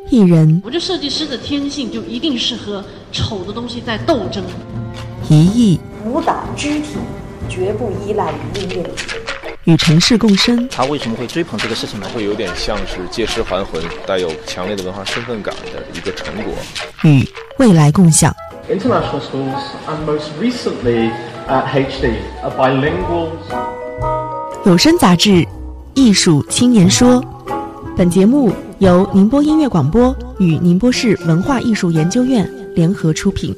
艺人， 我觉得设计师的天性就一定是和丑的东西在斗争。 一艺， 舞蹈肢体绝不依赖于音乐， 与城市共生。 他为什么会追捧这个事情呢？会有点像是借尸还魂，带有强烈的文化身份感的一个成果。 与未来共享。 International schools and most recently HD are bilingual. 有声杂志《艺术青年说》，本节目由宁波音乐广播与宁波市文化艺术研究院联合出品。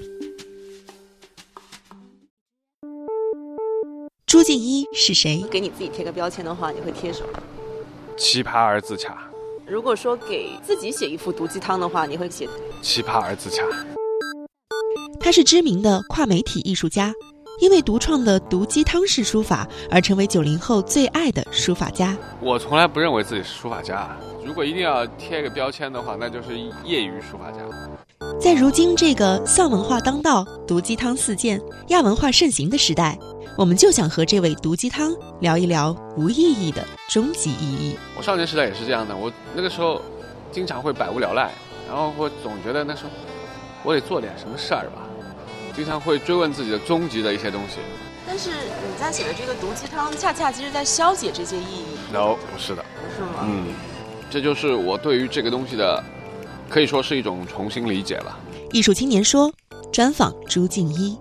朱静一是谁？ 给你自己贴个标签的话，你会贴什么？ 奇葩而自洽。 如果说给自己写一副毒鸡汤的话，你会写奇葩而自洽。 他是知名的跨媒体艺术家，因为独创的毒鸡汤式书法而成为90后最爱的书法家。 我从来不认为自己是书法家，如果一定要贴个标签的话，那就是业余书法家。 在如今这个丧文化当道、毒鸡汤四溅、亚文化盛行的时代，我们就想和这位毒鸡汤聊一聊无意义的终极意义。 我少年时代也是这样的，我那个时候经常会百无聊赖，然后我总觉得那时候我得做点什么事儿吧，经常会追问自己的终极的一些东西。 但是你在写的这个毒鸡汤，恰恰其实在消解这些意义。 No， 不是的。 不是吗？ 这就是我对于这个东西的，可以说是一种重新理解了。 艺术青年说，专访朱静一。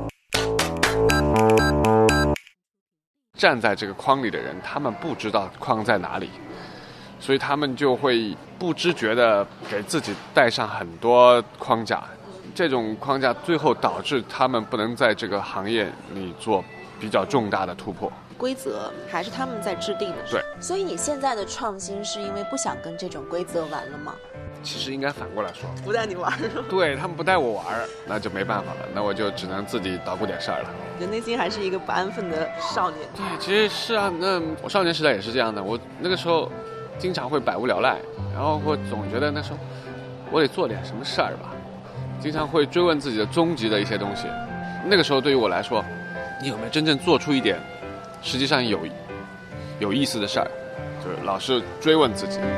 站在这个框里的人，他们不知道框在哪里，所以他们就会不知觉地给自己带上很多框架，这种框架最后导致他们不能在这个行业里做比较重大的突破。 规则还是他们在制定的。 对， 所以你现在的创新是因为不想跟这种规则玩了吗？ 其实应该反过来说， 不带你玩是吗？ 对，他们不带我玩，那就没办法了，那我就只能自己捣鼓点事儿了。 你的内心还是一个不安分的少年。 对，其实是啊，那我少年时代也是这样的，我那个时候经常会百无聊赖，然后我总觉得那时候我得做点什么事儿吧，经常会追问自己的终极的一些东西。那个时候对于我来说，你有没有真正做出一点实际上有意思的事儿，就是老是追问自己。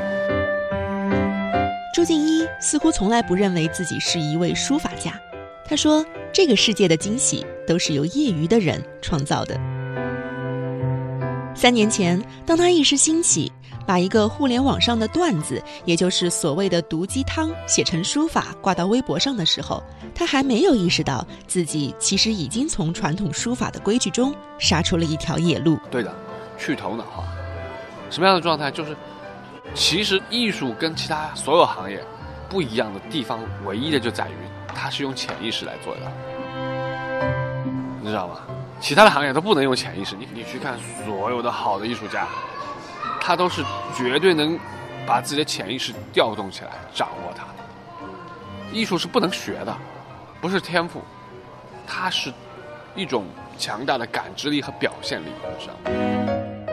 朱静一似乎从来不认为自己是一位书法家，他说这个世界的惊喜都是由业余的人创造的。3年前，当他一时兴起，把一个互联网上的段子，也就是所谓的毒鸡汤写成书法挂到微博上的时候，他还没有意识到自己其实已经从传统书法的规矩中杀出了一条野路。 对的，去头脑化。什么样的状态？就是其实艺术跟其他所有行业不一样的地方，唯一的就在于它是用潜意识来做的，你知道吗？其他的行业都不能用潜意识。你去看所有的好的艺术家，他都是绝对能把自己的潜意识调动起来，掌握它。艺术是不能学的，不是天赋，它是一种强大的感知力和表现力，你知道吗？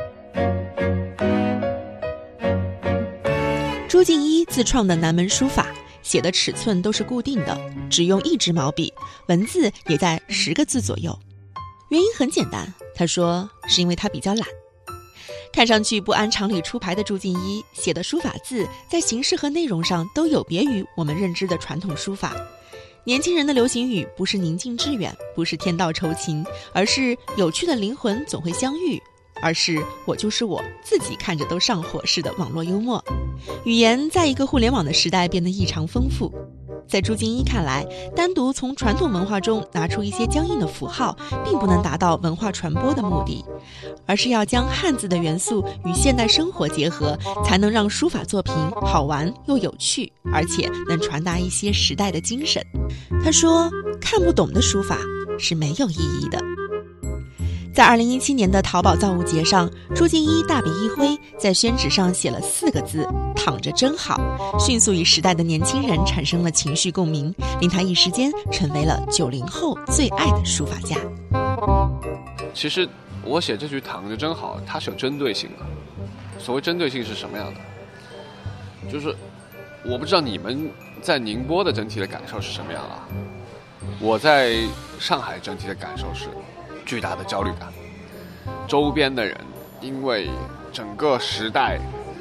朱静一自创的南门书法，写的尺寸都是固定的，只用1支毛笔，文字也在10个字左右。原因很简单，他说是因为他比较懒。看上去不按常理出牌的朱静一写的书法字，在形式和内容上都有别于我们认知的传统书法。年轻人的流行语不是宁静致远，不是天道酬勤，而是有趣的灵魂总会相遇，而是我就是我，自己看着都上火式的网络幽默。语言在一个互联网的时代变得异常丰富。在朱静一看来，单独从传统文化中拿出一些僵硬的符号，并不能达到文化传播的目的，而是要将汉字的元素与现代生活结合，才能让书法作品好玩又有趣，而且能传达一些时代的精神。他说，看不懂的书法是没有意义的。在2017年的淘宝造物节上，朱静一大笔一挥，在宣纸上写了4个字：躺着真好，迅速与时代的年轻人产生了情绪共鸣，令他一时间成为了90后最爱的书法家。 其实我写这句躺着真好，它是有针对性的。所谓针对性是什么样的？就是我不知道你们在宁波的整体的感受是什么样啊？我在上海整体的感受是巨大的焦虑感。周边的人因为整个时代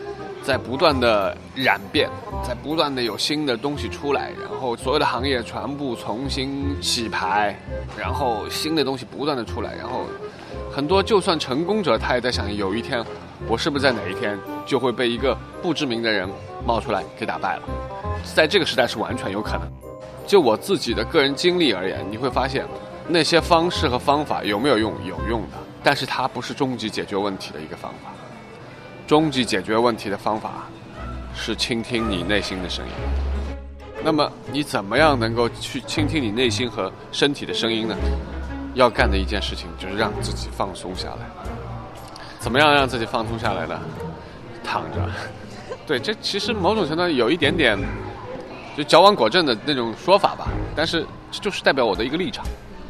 在不断的染变，在不断的有新的东西出来，然后所有的行业全部重新洗牌，然后新的东西不断的出来，然后很多就算成功者他也在想，有一天我是不是在哪一天就会被一个不知名的人冒出来给打败了。在这个时代是完全有可能。就我自己的个人经历而言，你会发现那些方式和方法有没有用？有用的，但是它不是终极解决问题的一个方法。终极解决问题的方法是倾听你内心的声音。那么你怎么样能够去倾听你内心和身体的声音呢？要干的一件事情就是让自己放松下来。怎么样让自己放松下来呢？躺着。对，这其实某种程度上有一点点就矫枉果正的那种说法吧，但是这就是代表我的一个立场。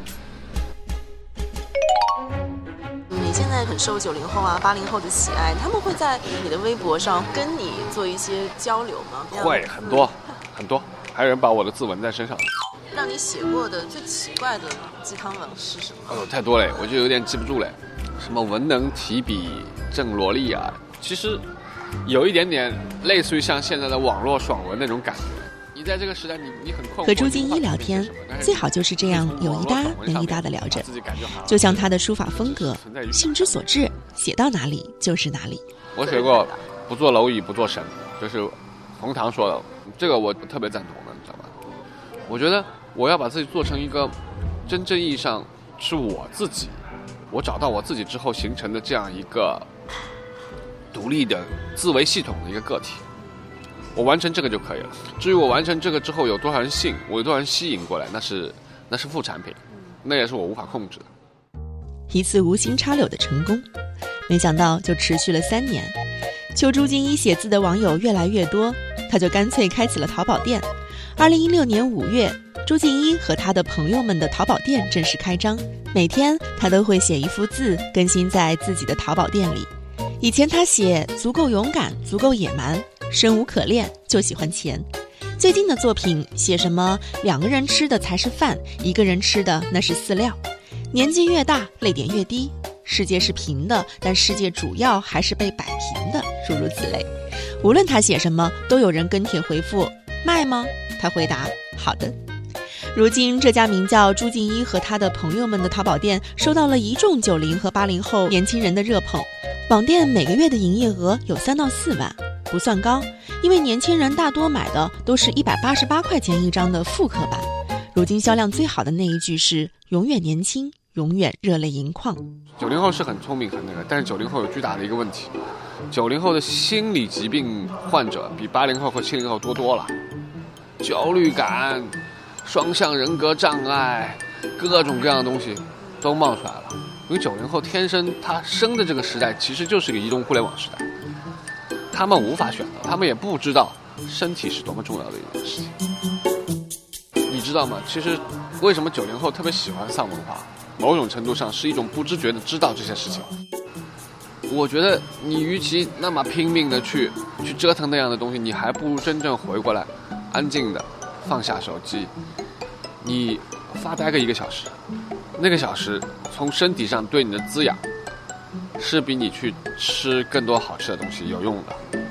你现在很受90后啊、80后的喜爱，他们会在你的微博上跟你做一些交流吗？ 会，很多很多，还有人把我的字纹在身上。 让你写过的最奇怪的鸡汤文是什么？ 太多了，我就有点记不住了。什么文能提笔正萝莉啊，其实有一点点类似于像现在的网络爽文那种感觉。你在这个时代你很困惑。 和朱静一聊天，最好就是这样有一搭没一搭的聊着，就像他的书法风格，兴之所至，写到哪里就是哪里。 我写过不做蝼蚁不做神，就是冯唐说的，这个我特别赞同的，你知道吧？我觉得我要把自己做成一个真正意义上是我自己，我找到我自己之后形成的这样一个独立的自为系统的一个个体。我完成这个就可以了。至于我完成这个之后有多少人信，我有多少人吸引过来，那是副产品，那也是我无法控制的。 一次无心插柳的成功，没想到就持续了3年。求朱静一写字的网友越来越多，他就干脆开启了淘宝店。2016年5月，朱静一和他的朋友们的淘宝店正式开张，每天他都会写一幅字更新在自己的淘宝店里。以前他写足够勇敢，足够野蛮，生无可恋，就喜欢钱。最近的作品写什么2个人吃的才是饭，1个人吃的那是饲料。年纪越大，泪点越低。世界是平的，但世界主要还是被摆平的，诸如此类。无论他写什么，都有人跟帖回复卖吗？他回答好的。如今这家名叫朱静一和他的朋友们的淘宝店收到了一众90和80后年轻人的热捧，网店每个月的营业额有3到4万，不算高，因为年轻人大多买的都是188块钱一张的复刻版。如今销量最好的那一句是永远年轻，永远热泪盈眶。 90后是很聪明很那个，但是90后有巨大的一个问题，90后的心理疾病患者比80后和70后多了，焦虑感、双向人格障碍，各种各样的东西都冒出来了。因为90后天生他生的这个时代其实就是一个移动互联网时代，他们无法选择，他们也不知道身体是多么重要的一件事情。你知道吗？其实为什么90后特别喜欢丧文化，某种程度上是一种不知觉的知道这些事情。我觉得你与其那么拼命的去折腾那样的东西，你还不如真正回过来安静的放下手机，你发呆个1个小时，那个小时从身体上对你的滋养是比你去吃更多好吃的东西有用的。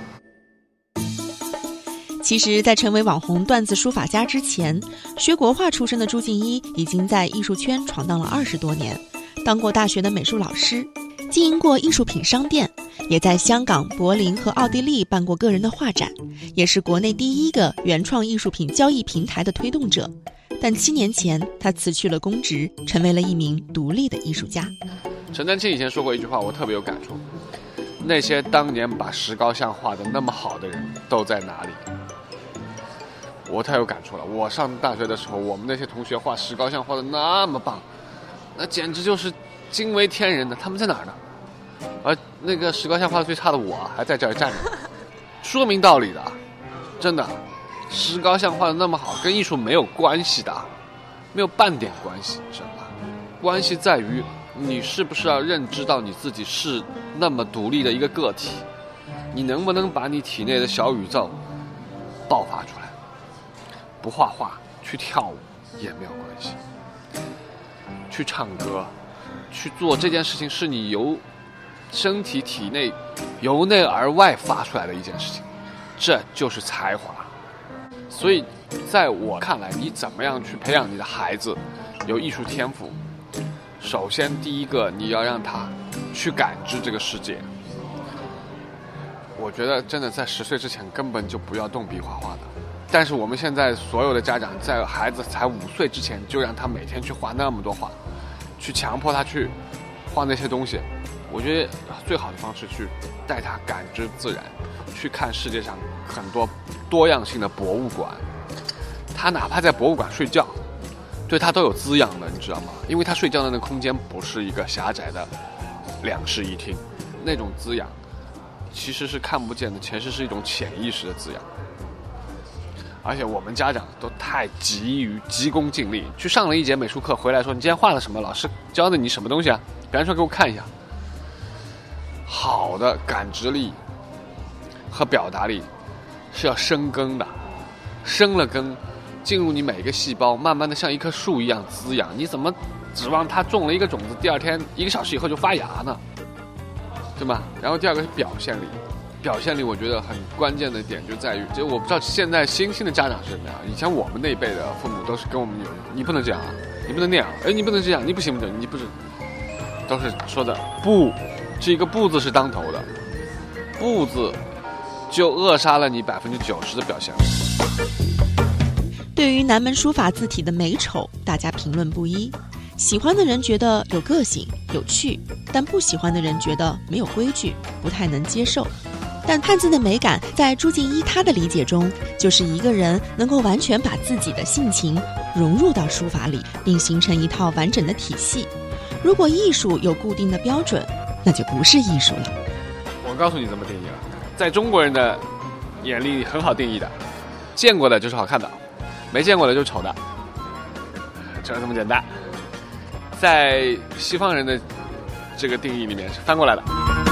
其实在成为网红段子书法家之前，学国画出身的朱静一已经在艺术圈闯荡了20多年，当过大学的美术老师，经营过艺术品商店，也在香港、柏林和奥地利办过个人的画展，也是国内第一个原创艺术品交易平台的推动者。但7年前他辞去了公职，成为了一名独立的艺术家。 陈丹青以前说过一句话，我特别有感触，那些当年把石膏像画得那么好的人都在哪里？我太有感触了。我上大学的时候，我们那些同学画石膏像画得那么棒，那简直就是惊为天人的，他们在哪儿呢？而那个石膏像画得最差的我还在这儿站着，说明道理的，真的，石膏像画得那么好，跟艺术没有关系的，没有半点关系，知道吧？关系在于你是不是要认知到你自己是那么独立的一个个体，你能不能把你体内的小宇宙爆发出来？不画画，去跳舞也没有关系，去唱歌，去做这件事情是你由身体体内由内而外发出来的一件事情。 这就是才华。所以在我看来，你怎么样去培养你的孩子有艺术天赋，首先第一个你要让他去感知这个世界。我觉得真的在10岁之前根本就不要动笔画画的，但是我们现在所有的家长在孩子才5岁之前就让他每天去画那么多画，去强迫他去画那些东西。我觉得最好的方式去带他感知自然，去看世界上很多多样性的博物馆。他哪怕在博物馆睡觉，对他都有滋养的，你知道吗？因为他睡觉的那个空间不是一个狭窄的2室1厅，那种滋养其实是看不见的，其实是一种潜意识的滋养。而且我们家长都太急功近利，去上了一节美术课回来说你今天画了什么，老师教的你什么东西啊，表现出来给我看一下。好的感知力和表达力是要生根的，生了根进入你每一个细胞，慢慢的像一棵树一样滋养。你怎么指望它种了一个种子第2天1个小时以后就发芽呢？对吧？然后第二个是表现力。表现力我觉得很关键的点就在于，就我不知道现在新兴的家长是什么样。以前我们那一辈的父母都是跟我们有，你不能这样啊，你不能那样，哎，你不能这样，你不行不行，你不是，都是说的不，这个不字是当头的，不字就扼杀了你90%的表现力。 对于南门书法字体的美丑，大家评论不一。喜欢的人觉得有个性、有趣，但不喜欢的人觉得没有规矩，不太能接受。但汉字的美感，在朱敬一他的理解中，就是一个人能够完全把自己的性情融入到书法里，并形成一套完整的体系。如果艺术有固定的标准，那就不是艺术了。 我告诉你怎么定义了，在中国人的眼里很好定义的，见过的就是好看的，没见过的就是丑的，就这么简单。在西方人的这个定义里面是翻过来的。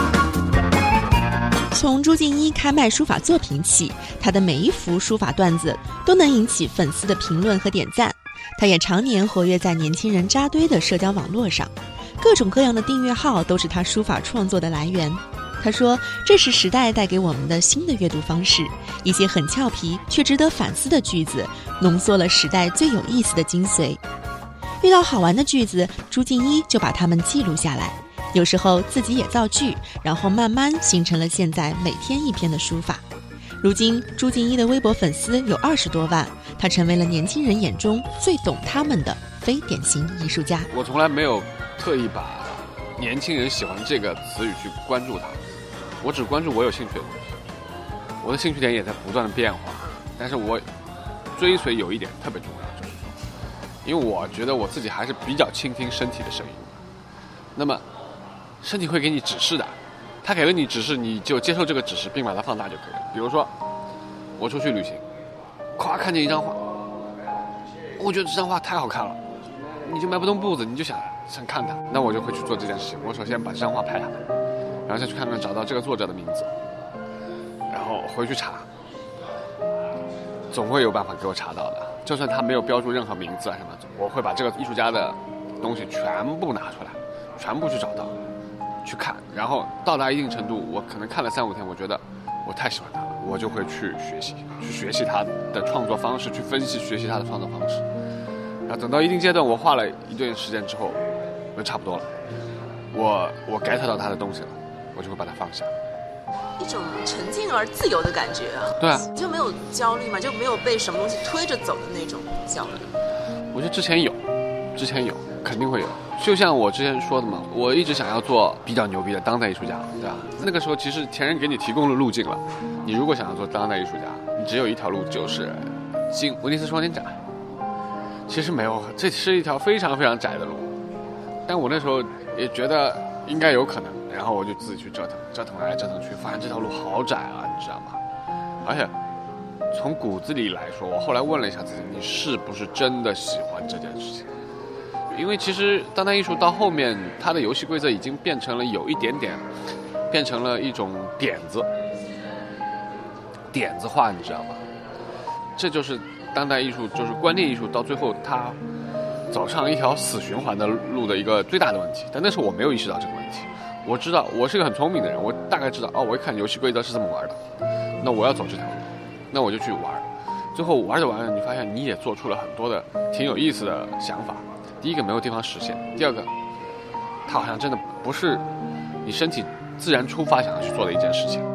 从朱敬一开卖书法作品起，他的每一幅书法段子都能引起粉丝的评论和点赞。他也常年活跃在年轻人扎堆的社交网络上，各种各样的订阅号都是他书法创作的来源。他说，这是时代带给我们的新的阅读方式，一些很俏皮却值得反思的句子，浓缩了时代最有意思的精髓。遇到好玩的句子，朱敬一就把它们记录下来，有时候自己也造句，然后慢慢形成了现在每天1篇的书法。如今朱敬一的微博粉丝有20多万，他成为了年轻人眼中最懂他们的非典型艺术家。 我从来没有特意把年轻人喜欢这个词语去关注它，我只关注我有兴趣的东西。我的兴趣点也在不断的变化，但是我追随有一点特别重要，就是说，因为我觉得我自己还是比较倾听身体的声音。那么身体会给你指示的，他给了你指示，你就接受这个指示并把它放大就可以了。比如说我出去旅行，咵看见一张画，我觉得这张画太好看了，你就迈不动步子，你就想看它，那我就会去做这件事情。我首先把这张画拍下来，然后再去看看找到这个作者的名字，然后回去查，总会有办法给我查到的。就算他没有标注任何名字啊什么，我会把这个艺术家的东西全部拿出来，全部去找到去看，然后到达一定程度，我可能看了3-5天，我觉得我太喜欢他了，我就会去学习他的创作方式，去分析学习他的创作方式。然后等到一定阶段，我画了一段时间之后，我就差不多了，我 get 到他的东西了，我就会把它放下。 一种沉静而自由的感觉啊。 对啊， 就没有焦虑嘛，就没有被什么东西推着走的那种焦虑。 我觉得之前有，肯定会有。就像我之前说的嘛，我一直想要做比较牛逼的当代艺术家，对吧？那个时候其实前人给你提供了路径了，你如果想要做当代艺术家，你只有一条路，就是进威尼斯双年展。其实没有，这是一条非常非常窄的路，但我那时候也觉得应该有可能，然后我就自己去折腾来折腾去，发现这条路好窄啊，你知道吗？而且从骨子里来说，我后来问了一下自己，你是不是真的喜欢这件事情？因为其实当代艺术到后面，它的游戏规则已经变成了有一点点，变成了一种点子化，你知道吗？这就是当代艺术，就是观念艺术，到最后它走上一条死循环的路的一个最大的问题。但那时候我没有意识到这个问题，我知道我是个很聪明的人，我大概知道，我一看游戏规则是这么玩的， 那我要走这条路，那我就去玩。最后玩着玩着，你发现你也做出了很多的挺有意思的想法。第一个没有地方实现，第二个它好像真的不是你身体自然出发想要去做的一件事情。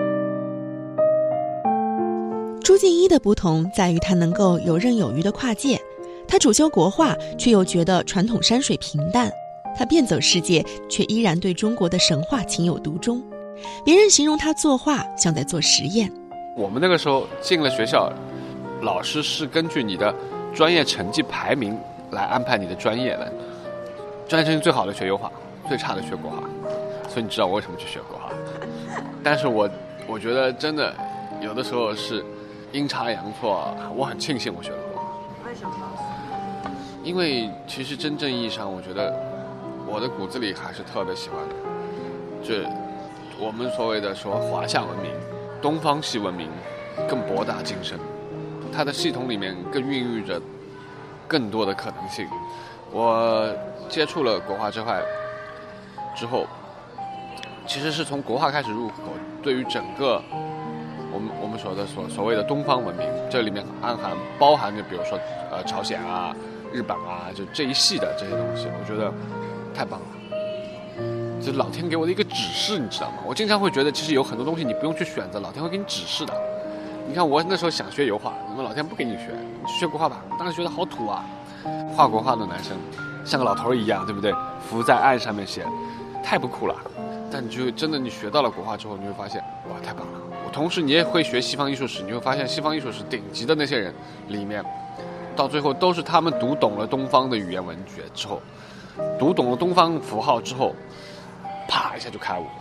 朱敬一的不同在于他能够游刃有余的跨界，他主修国画，却又觉得传统山水平淡，他遍走世界，却依然对中国的神话情有独钟。别人形容他作画像在做实验。 我们那个时候进了学校，老师是根据你的专业成绩排名来安排你的专业的，专业成绩最好的学油画，最差的学国画，所以你知道我为什么去学国画。但是我觉得真的有的时候是阴差阳错，我很庆幸我学了国画。 为什么？ 因为其实真正意义上，我觉得我的骨子里还是特别喜欢的，这我们所谓的说华夏文明、东方系文明更博大精深，它的系统里面更孕育着更多的可能性。我接触了国画这块之后，其实是从国画开始入口，对于整个我们说的所谓的东方文明，这里面包含着比如说朝鲜啊、日本啊，就这一系的这些东西，我觉得太棒了。这老天给我的一个指示，你知道吗？我经常会觉得，其实有很多东西你不用去选择，老天会给你指示的。你看我那时候想学油画，那么老天不给你学，你去学国画吧。我当时觉得好土啊，画国画的男生像个老头一样，对不对？浮在岸上面写，太不酷了。但就真的你学到了国画之后，你会发现，哇，太棒了。同时你也会学西方艺术史，你会发现西方艺术史顶级的那些人里面，到最后都是他们读懂了东方的语言文学之后，读懂了东方符号之后，啪一下就开悟了。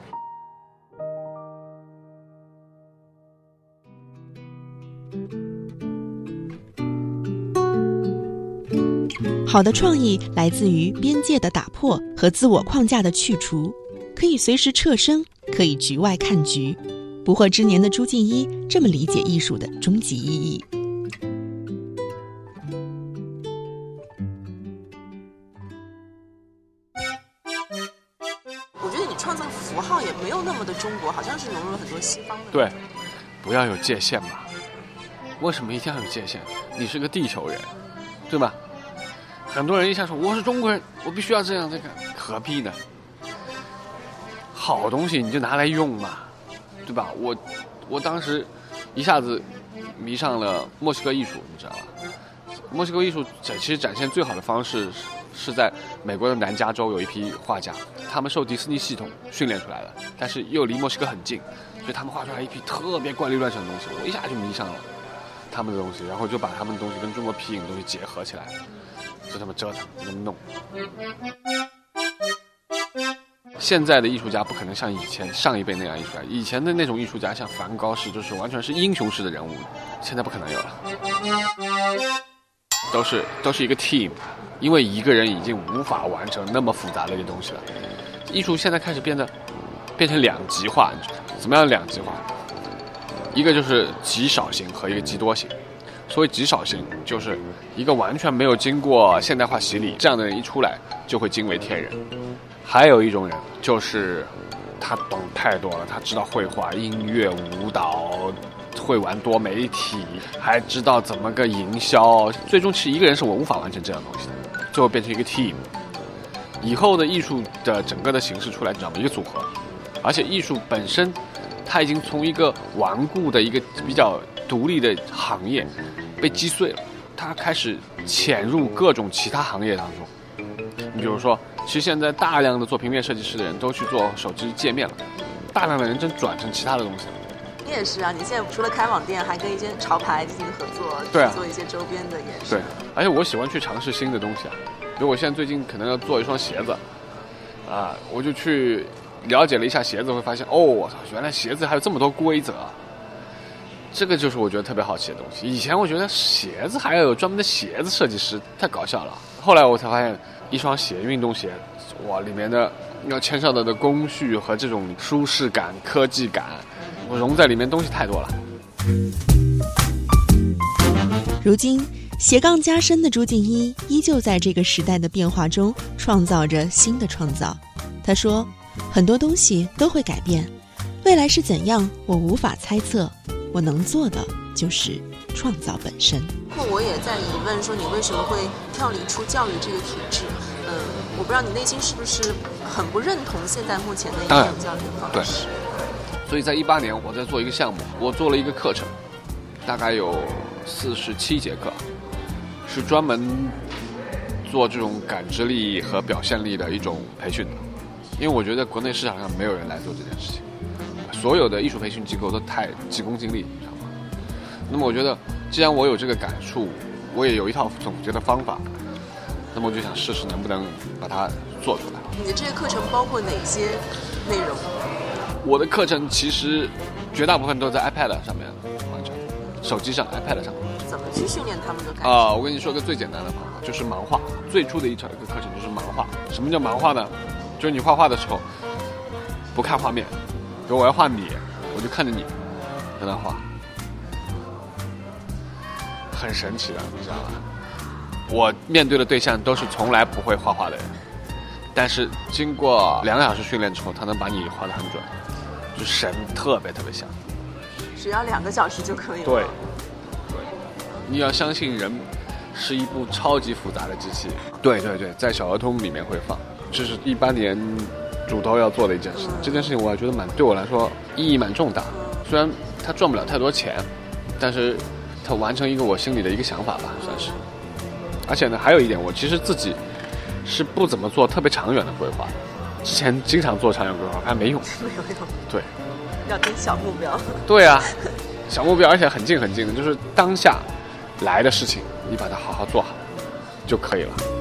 好的创意来自于边界的打破和自我框架的去除，可以随时撤身，可以局外看局。不惑之年的朱敬一这么理解艺术的终极意义。 我觉得你创造符号也没有那么的中国，好像是融入了很多西方的。 对，不要有界限嘛。为什么一定要有界限？你是个地球人，对吧？很多人一下说我是中国人，我必须要这样这个，何必呢？好东西你就拿来用嘛，对吧？我当时一下子迷上了墨西哥艺术，你知道吧？墨西哥艺术其实展现最好的方式是在美国的南加州有一批画家，他们受迪士尼系统训练出来的，但是又离墨西哥很近，所以他们画出来一批特别怪力乱神的东西，我一下就迷上了他们的东西，然后就把他们的东西跟中国皮影东西结合起来，就这么折腾，这么弄。现在的艺术家不可能像以前上一辈那样艺术家，以前的那种艺术家像梵高式，就是完全是英雄式的人物，现在不可能有了，都是一个 team， 因为一个人已经无法完成那么复杂的一个东西了。艺术现在开始变成两极化，怎么样两极化？一个就是极少型和一个极多型。所谓极少型，就是一个完全没有经过现代化洗礼，这样的人一出来就会惊为天人。还有一种人，就是他懂太多了，他知道绘画、音乐、舞蹈，会玩多媒体，还知道怎么个营销。最终其实一个人是我无法完成这样东西的，最后变成一个 team。以后的艺术的整个的形式出来，你知道吗？一个组合，而且艺术本身，它已经从一个顽固的一个比较独立的行业被击碎了，它开始潜入各种其他行业当中。你比如说，其实现在大量的做平面设计师的人都去做手机界面了，大量的人真转成其他的东西了。 你也是啊，你现在除了开网店，还跟一些潮牌进行合作， 对啊， 去做一些周边的也是。 对，而且我喜欢去尝试新的东西啊。比如我现在最近可能要做一双鞋子，啊，我就去了解了一下鞋子，会发现哦，我操，原来鞋子还有这么多规则。这个就是我觉得特别好奇的东西。以前我觉得鞋子还要有专门的鞋子设计师，太搞笑了。后来我才发现，一双鞋，运动鞋，哇，里面的要牵涉到的工序和这种舒适感、科技感，我融在里面东西太多了。 如今斜杠加深的朱敬一依旧在这个时代的变化中创造着新的创造。他说，很多东西都会改变， 未来是怎样，我无法猜测，我能做的就是创造本身。 我也在疑问说，你为什么会跳离出教育这个体制？我不知道你内心是不是很不认同现在目前的一种教育方式。 对，所以在18年我在做一个项目，我做了一个课程，大概有47节课，是专门做这种感知力和表现力的一种培训的。因为我觉得国内市场上没有人来做这件事情，所有的艺术培训机构都太急功近利，你知道吗？那么我觉得既然我有这个感触，我也有一套总结的方法，那么我就想试试能不能把它做出来。 你的这个课程包括哪些内容？ 我的课程其实绝大部分都在 iPad 上面完成，手机上 iPad 上。 怎么去训练他们的感觉？ 我跟你说个最简单的方法，就是盲画。最初的一个课程就是盲画。什么叫盲画呢？就是你画画的时候不看画面，比如我要画你，我就看着你在那画，很神奇的，你知道吗？我面对的对象都是从来不会画画的人，但是经过2个小时训练之后，他能把你画得很准，就神特别特别像。 只要2个小时就可以了。 对，你要相信人是一部超级复杂的机器。对，在小儿童里面会放，这是18年主刀要做的一件事情。这件事情我觉得对我来说意义蛮重大，虽然它赚不了太多钱，但是它完成一个我心里的一个想法吧，算是。而且呢，还有一点，我其实自己是不怎么做特别长远的规划，之前经常做长远规划，发现没用。 没有用。 对， 要定小目标。 对啊，小目标，而且很近很近的，就是当下来的事情，你把它好好做好就可以了。